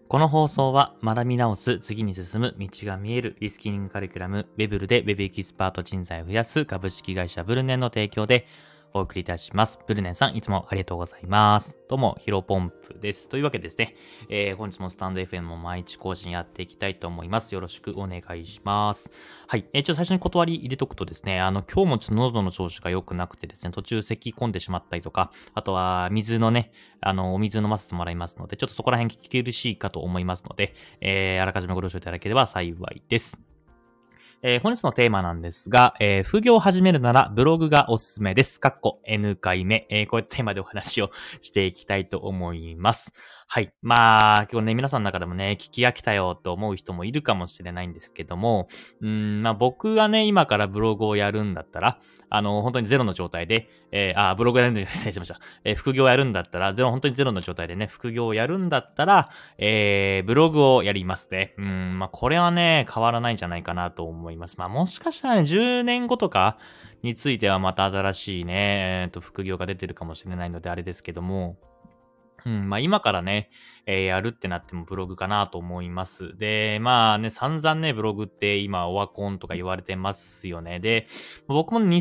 この放送は学び直す、次に進む、道が見える、リスキリングカリキュラム、ウェブルでウェブエキスパート人材を増やす株式会社ブルネンの提供でお送りいたします。ブルネンさん、いつもありがとうございます。どうも、ヒロポンプです。というわけでですね、本日もスタンド FM も毎日更新やっていきたいと思います。よろしくお願いします。はい。最初に断り入れとくとですね、今日もちょっと喉の調子が良くなくてですね、途中咳込んでしまったりとか、あとは水のね、お水飲ませてもらいますので、ちょっとそこら辺聞き苦しいかと思いますので、あらかじめご了承いただければ幸いです。本日のテーマなんですが、副業を始めるならブログがおすすめです。N 回目、こういったテーマでお話をしていきたいと思います。はい。まあ、結構ね、皆さんの中でもね、聞き飽きたよと思う人もいるかもしれないんですけども、まあ僕がね、今からブログをやるんだったら、本当にゼロの状態で、ブログをやるんで、失礼しました。副業をやるんだったら、本当にゼロの状態でね、副業をやるんだったら、ブログをやりますね。まあこれはね、変わらないんじゃないかなと思います。まあもしかしたらね、10年後とかについてはまた新しいね、副業が出てるかもしれないのであれですけども、まあ今からね、やるってなってもブログかなと思います。で、まあね、散々ね、ブログって今オワコンとか言われてますよね。で、僕も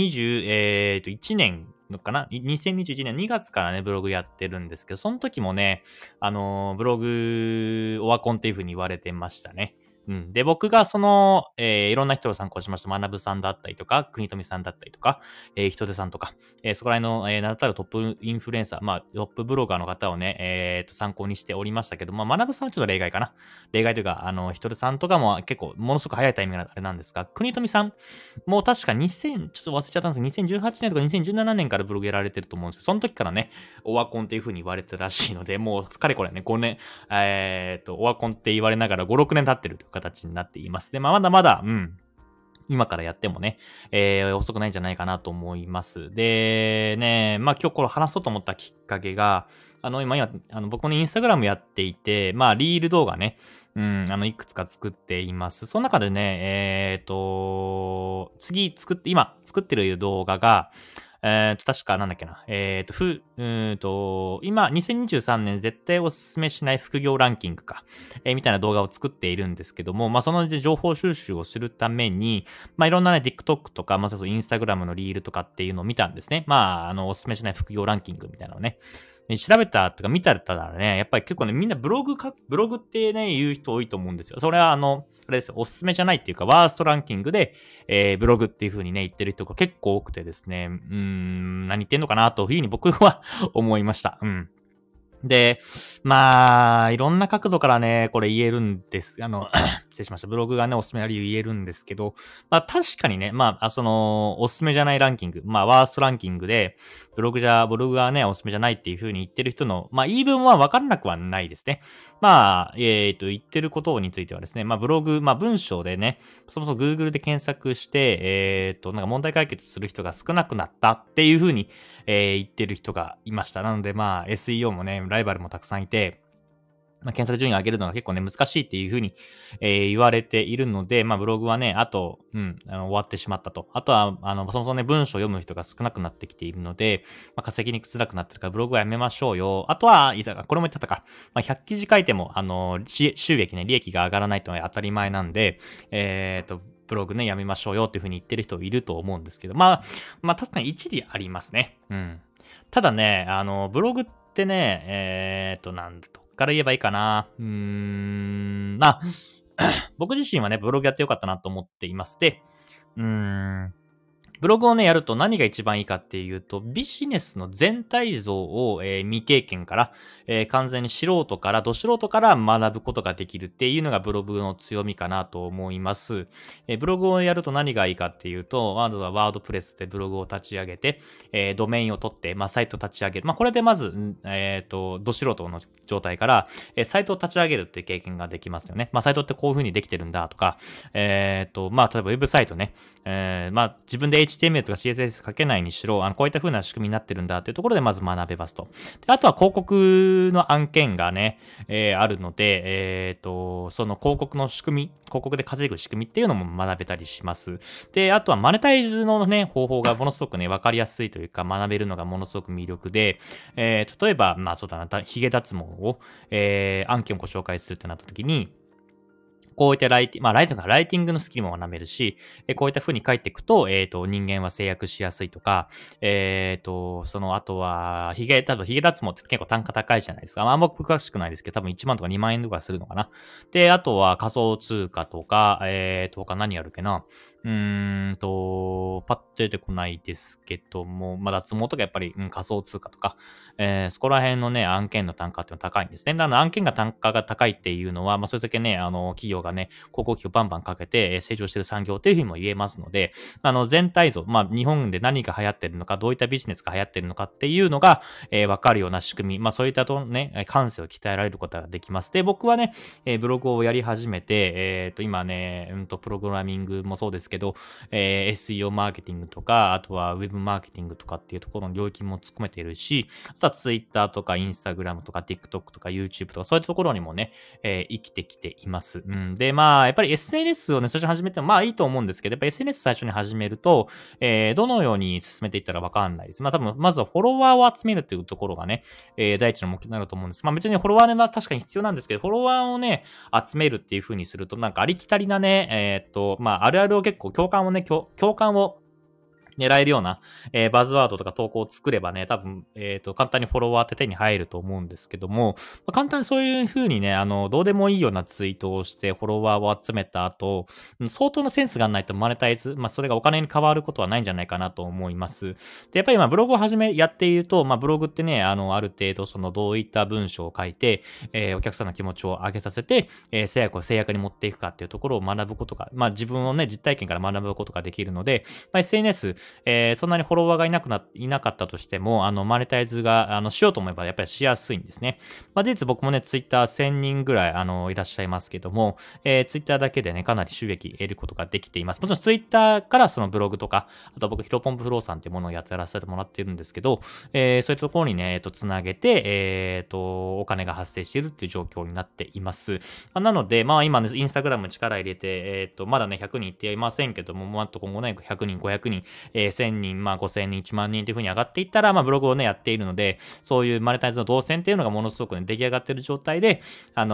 2021年のかな ?2021 年2月からね、ブログやってるんですけど、その時もね、ブログ、オワコンっていう風に言われてましたね。で、僕がいろんな人を参考しました。学さんだったりとか、国富さんだったりとか、人手さんとか、そこら辺の、名だたるトップインフルエンサー、まあ、トップブロガーの方をね、参考にしておりましたけど、まあ、学さんはちょっと例外かな。例外というか、人手さんとかも結構、ものすごく早いタイミングあれなんですが、国富さんも確かちょっと忘れちゃったんですけど、2018年とか2017年からブログやられてると思うんですけど、その時からね、オワコンっていう風に言われてるらしいので、もう、かれこれね、5年、オワコンって言われながら5、6年経ってるという形になっています。で、まあ、まだまだ、今からやってもね、遅くないんじゃないかなと思います。で、ね、まあ今日これ話そうと思ったきっかけが、今、僕のインスタグラムやっていて、まあリール動画ね、いくつか作っています。その中でね、今作ってる動画が、確かなんだっけな。今、2023年絶対おすすめしない副業ランキングか、みたいな動画を作っているんですけども、まあ、その情報収集をするために、まあ、いろんなね、TikTok とか、まあ、そうそう、Instagram のリールとかっていうのを見たんですね。まあ、おすすめしない副業ランキングみたいなのをね。調べたとか見たらね、やっぱり結構ね、みんなブログってね、言う人多いと思うんですよ。それはあれですよ、おすすめじゃないっていうか、ワーストランキングで、ブログっていう風にね、言ってる人が結構多くてですね、何言ってんのかなという風に僕は思いました。で、まあ、いろんな角度からね、これ言えるんです。失礼しました。ブログがね、おすすめな理由言えるんですけど、まあ確かにね、まあ、おすすめじゃないランキング、まあ、ワーストランキングで、ブログがね、おすすめじゃないっていう風に言ってる人の、まあ、言い分は分からなくはないですね。まあ、言ってることについてはですね、まあ、ブログ、まあ、文章でね、そもそも Google で検索して、なんか問題解決する人が少なくなったっていう風に、言ってる人がいました。なので、まあ、SEO もね、ライバルもたくさんいて、まあ、検索順位を上げるのが結構ね、難しいっていう風に、言われているので、まあ、ブログはね、終わってしまったと。あとは、そもそもね、文章を読む人が少なくなってきているので、まあ、稼ぎにくくなってるからブログはやめましょうよ。あとは、これも言ってたか。まあ、100記事書いても、収益ね、利益が上がらないというのは当たり前なんで、ブログね、やめましょうよっていう風に言ってる人いると思うんですけど、まあ確かに一理ありますね。ただね、ブログってね、なんとから言えばいいかな。僕自身はね、ブログやってよかったなと思っています。で、ブログをね、やると何が一番いいかっていうと、ビジネスの全体像を、未経験から、完全にど素人から学ぶことができるっていうのがブログの強みかなと思います。ブログをやると何がいいかっていうと、まずはワードプレスでブログを立ち上げて、ドメインを取って、まあ、サイトを立ち上げる。まあ、これでまず、ど素人の状態から、サイトを立ち上げるっていう経験ができますよね。まあ、サイトってこういう風にできてるんだとか、まあ、例えばウェブサイトね、まあ、自分で HTML とか CSS 書けないにしろ、こういった風な仕組みになってるんだというところでまず学べますと。であとは広告の案件がね、あるので、その広告の仕組み、広告で稼ぐ仕組みっていうのも学べたりします。で、あとはマネタイズのね、方法がものすごくね、わかりやすいというか、学べるのがものすごく魅力で、例えば、まあそうだな、ヒゲ脱毛を、案件をご紹介するってなった時に、こういったライティングのスキルも学べるし、こういった風に書いていくと、人間は制約しやすいとか、あとは、多分ヒゲ脱毛って結構単価高いじゃないですか。まあ、あんま詳しくないですけど、多分1万とか2万円とかするのかな。で、あとは仮想通貨とか、他何やるっけな。パッと出てこないですけども、まあ、脱毛とかやっぱり、仮想通貨とか、そこら辺のね、案件の単価っていうのは高いんですね。案件が単価が高いっていうのは、まあ、それだけね、企業がね、広告費をバンバンかけて成長している産業というふうにも言えますので、全体像、まあ、日本で何が流行ってるのか、どういったビジネスが流行ってるのかっていうのが、わかるような仕組み、まあ、そういったとね、感性を鍛えられることができます。で、僕はね、ブログをやり始めて、今ね、プログラミングもそうですけど、SEO マーケティングとか、あとは Web マーケティングとかっていうところの領域も突っ込めているし、あとは Twitter とか Instagram とか TikTok とか YouTube とかそういったところにもね、生きてきています。で、まあ、やっぱり SNS をね、最初に始めてもまあいいと思うんですけど、やっぱ SNS 最初に始めると、どのように進めていったらわかんないです。まあ多分、まずはフォロワーを集めるっていうところがね、第一の目標になると思うんです。まあ別にフォロワーは確かに必要なんですけど、フォロワーをね、集めるっていう風にすると、なんかありきたりなね、まああるあるを結構共感を狙えるような、バズワードとか投稿を作ればね、多分、簡単にフォロワーって手に入ると思うんですけども、簡単にそういう風にね、どうでもいいようなツイートをしてフォロワーを集めた後、相当なセンスがないとマネタイズ、まあ、それがお金に変わることはないんじゃないかなと思います。で、やっぱりブログをやっていると、まあ、ブログってね、ある程度、どういった文章を書いて、お客さんの気持ちを上げさせて、制約に持っていくかっていうところを学ぶことが、まあ、自分のね、実体験から学ぶことができるので、まあ、SNS、そんなにフォロワーがいなかったとしても、マネタイズが、しようと思えばやっぱりしやすいんですね。まあ、事実僕もね、ツイッター1000人ぐらい、いらっしゃいますけども、ツイッターだけでね、かなり収益得ることができています。もちろんツイッターからそのブログとか、あと僕、ヒロポンプフローさんっていうものをやってらっしゃってもらってるんですけど、そういったところにね、つなげて、お金が発生しているっていう状況になっています。なので、まあ今ね、インスタグラム力入れて、まだね、100人いっていませんけども、まあ、今後ね、100人、500人、1000人、まあ5000人、1万人という風に上がっていったら、まあブログをね、やっているので、そういうマネタイズの動線っていうのがものすごくね、出来上がっている状態で、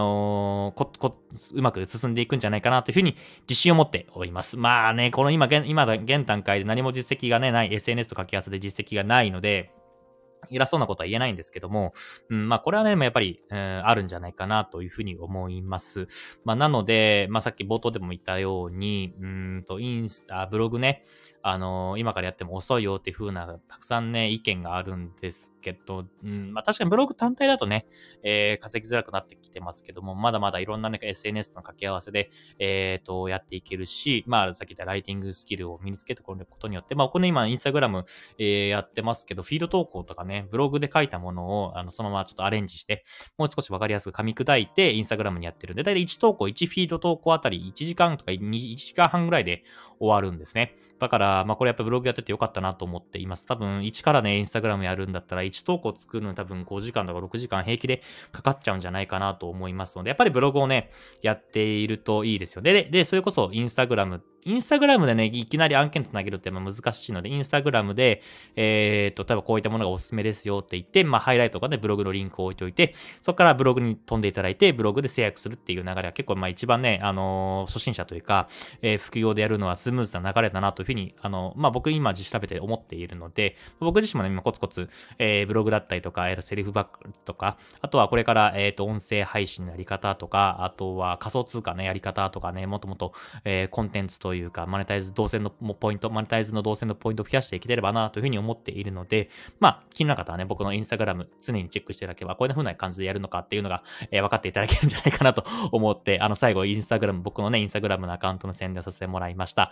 うまく進んでいくんじゃないかなという風に自信を持っております。まあね、この現段階で何も実績がね、ない SNS と掛け合わせで実績がないので、偉そうなことは言えないんですけども、まあこれはね、やっぱり、あるんじゃないかなというふうに思います。まあなので、まあさっき冒頭でも言ったように、ブログね、今からやっても遅いよっていう風な、たくさんね、意見があるんですけど、まあ確かにブログ単体だとね、稼ぎづらくなってきてますけども、まだまだいろんなね、SNS の掛け合わせで、やっていけるし、まあさっき言ったライティングスキルを身につけてくることによって、まあこれね、今インスタグラム、やってますけど、フィード投稿とかね、ブログで書いたものを、そのままちょっとアレンジして、もう少しわかりやすく噛み砕いて、インスタグラムにやってるんで、だいたい1投稿、1フィード投稿あたり1時間とか1時間半ぐらいで終わるんですね。だから、まあこれやっぱブログやっててよかったなと思っています。多分、1からね、インスタグラムやるんだったら、1投稿作るのに多分5時間とか6時間平気でかかっちゃうんじゃないかなと思いますので、やっぱりブログをね、やっているといいですよ。で、それこそインスタグラムでね、いきなり案件つなげるって難しいので、インスタグラムで、例えばこういったものがおすすめですよって言って、まあ、ハイライトとかでブログのリンクを置いておいて、そこからブログに飛んでいただいて、ブログで制約するっていう流れは結構、まあ、一番ね、初心者というか、副業でやるのはスムーズな流れだなというふうに、まあ、僕今調べて思っているので、僕自身もね、今コツコツ、ブログだったりとか、セリフバックとか、あとはこれから、音声配信のやり方とか、あとは仮想通貨のやり方とかね、もっともっと、コンテンツというか、マネタイズの動線のポイントを増やしていければなというふうに思っているので、まあ、気になる方はね、僕のインスタグラム常にチェックしていただければ、こういう風な感じでやるのかっていうのが、分かっていただけるんじゃないかなと思って、最後、僕のね、インスタグラムのアカウントの宣伝をさせてもらいました。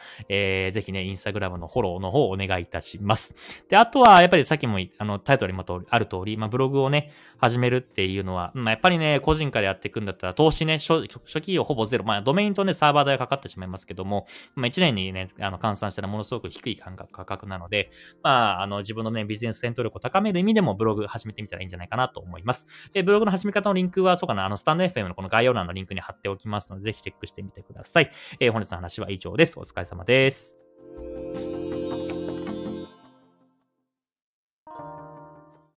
ぜひね、インスタグラムのフォローの方をお願いいたします。で、あとは、やっぱりさっきもタイトルにもある通り、ブログをね、始めるっていうのは、やっぱりね、個人からやっていくんだったら、投資ね、初期費用ほぼゼロ。ドメインとね、サーバー代がかかってしまいますけども、1年にね、換算したらものすごく低い価格なので、自分のね、ビジネス戦闘力を高める意味でもブログ始めてみたらいいんじゃないかなと思います。ブログの始め方のリンクは、そうかな、スタンド FM のこの概要欄のリンクに貼っておきますので、ぜひチェックしてみてください。本日の話は以上です。お疲れ様です。